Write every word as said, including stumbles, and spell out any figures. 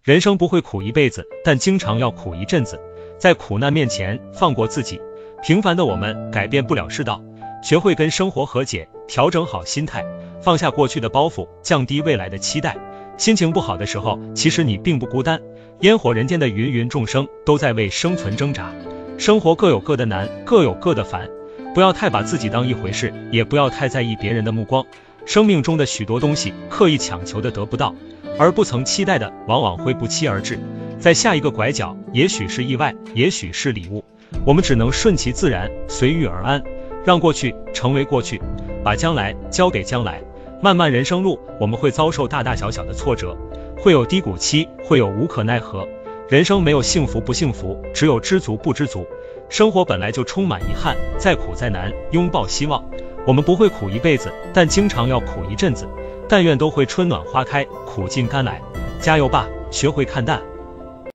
人生不会苦一辈子，但经常要苦一阵子。在苦难面前放过自己。平凡的我们改变不了世道，学会跟生活和解，调整好心态，放下过去的包袱，降低未来的期待。心情不好的时候，其实你并不孤单，烟火人间的芸芸众生都在为生存挣扎。生活各有各的难，各有各的烦，不要太把自己当一回事，也不要太在意别人的目光。生命中的许多东西，刻意强求的得不到，而不曾期待的往往会不期而至。在下一个拐角，也许是意外，也许是礼物，我们只能顺其自然，随遇而安，让过去成为过去，把将来交给将来。漫漫人生路，我们会遭受大大小小的挫折，会有低谷期，会有无可奈何。人生没有幸福不幸福，只有知足不知足。生活本来就充满遗憾，再苦再难，拥抱希望。我们不会苦一辈子，但经常要苦一阵子。但愿都会春暖花开，苦尽甘来。加油吧，学会看淡。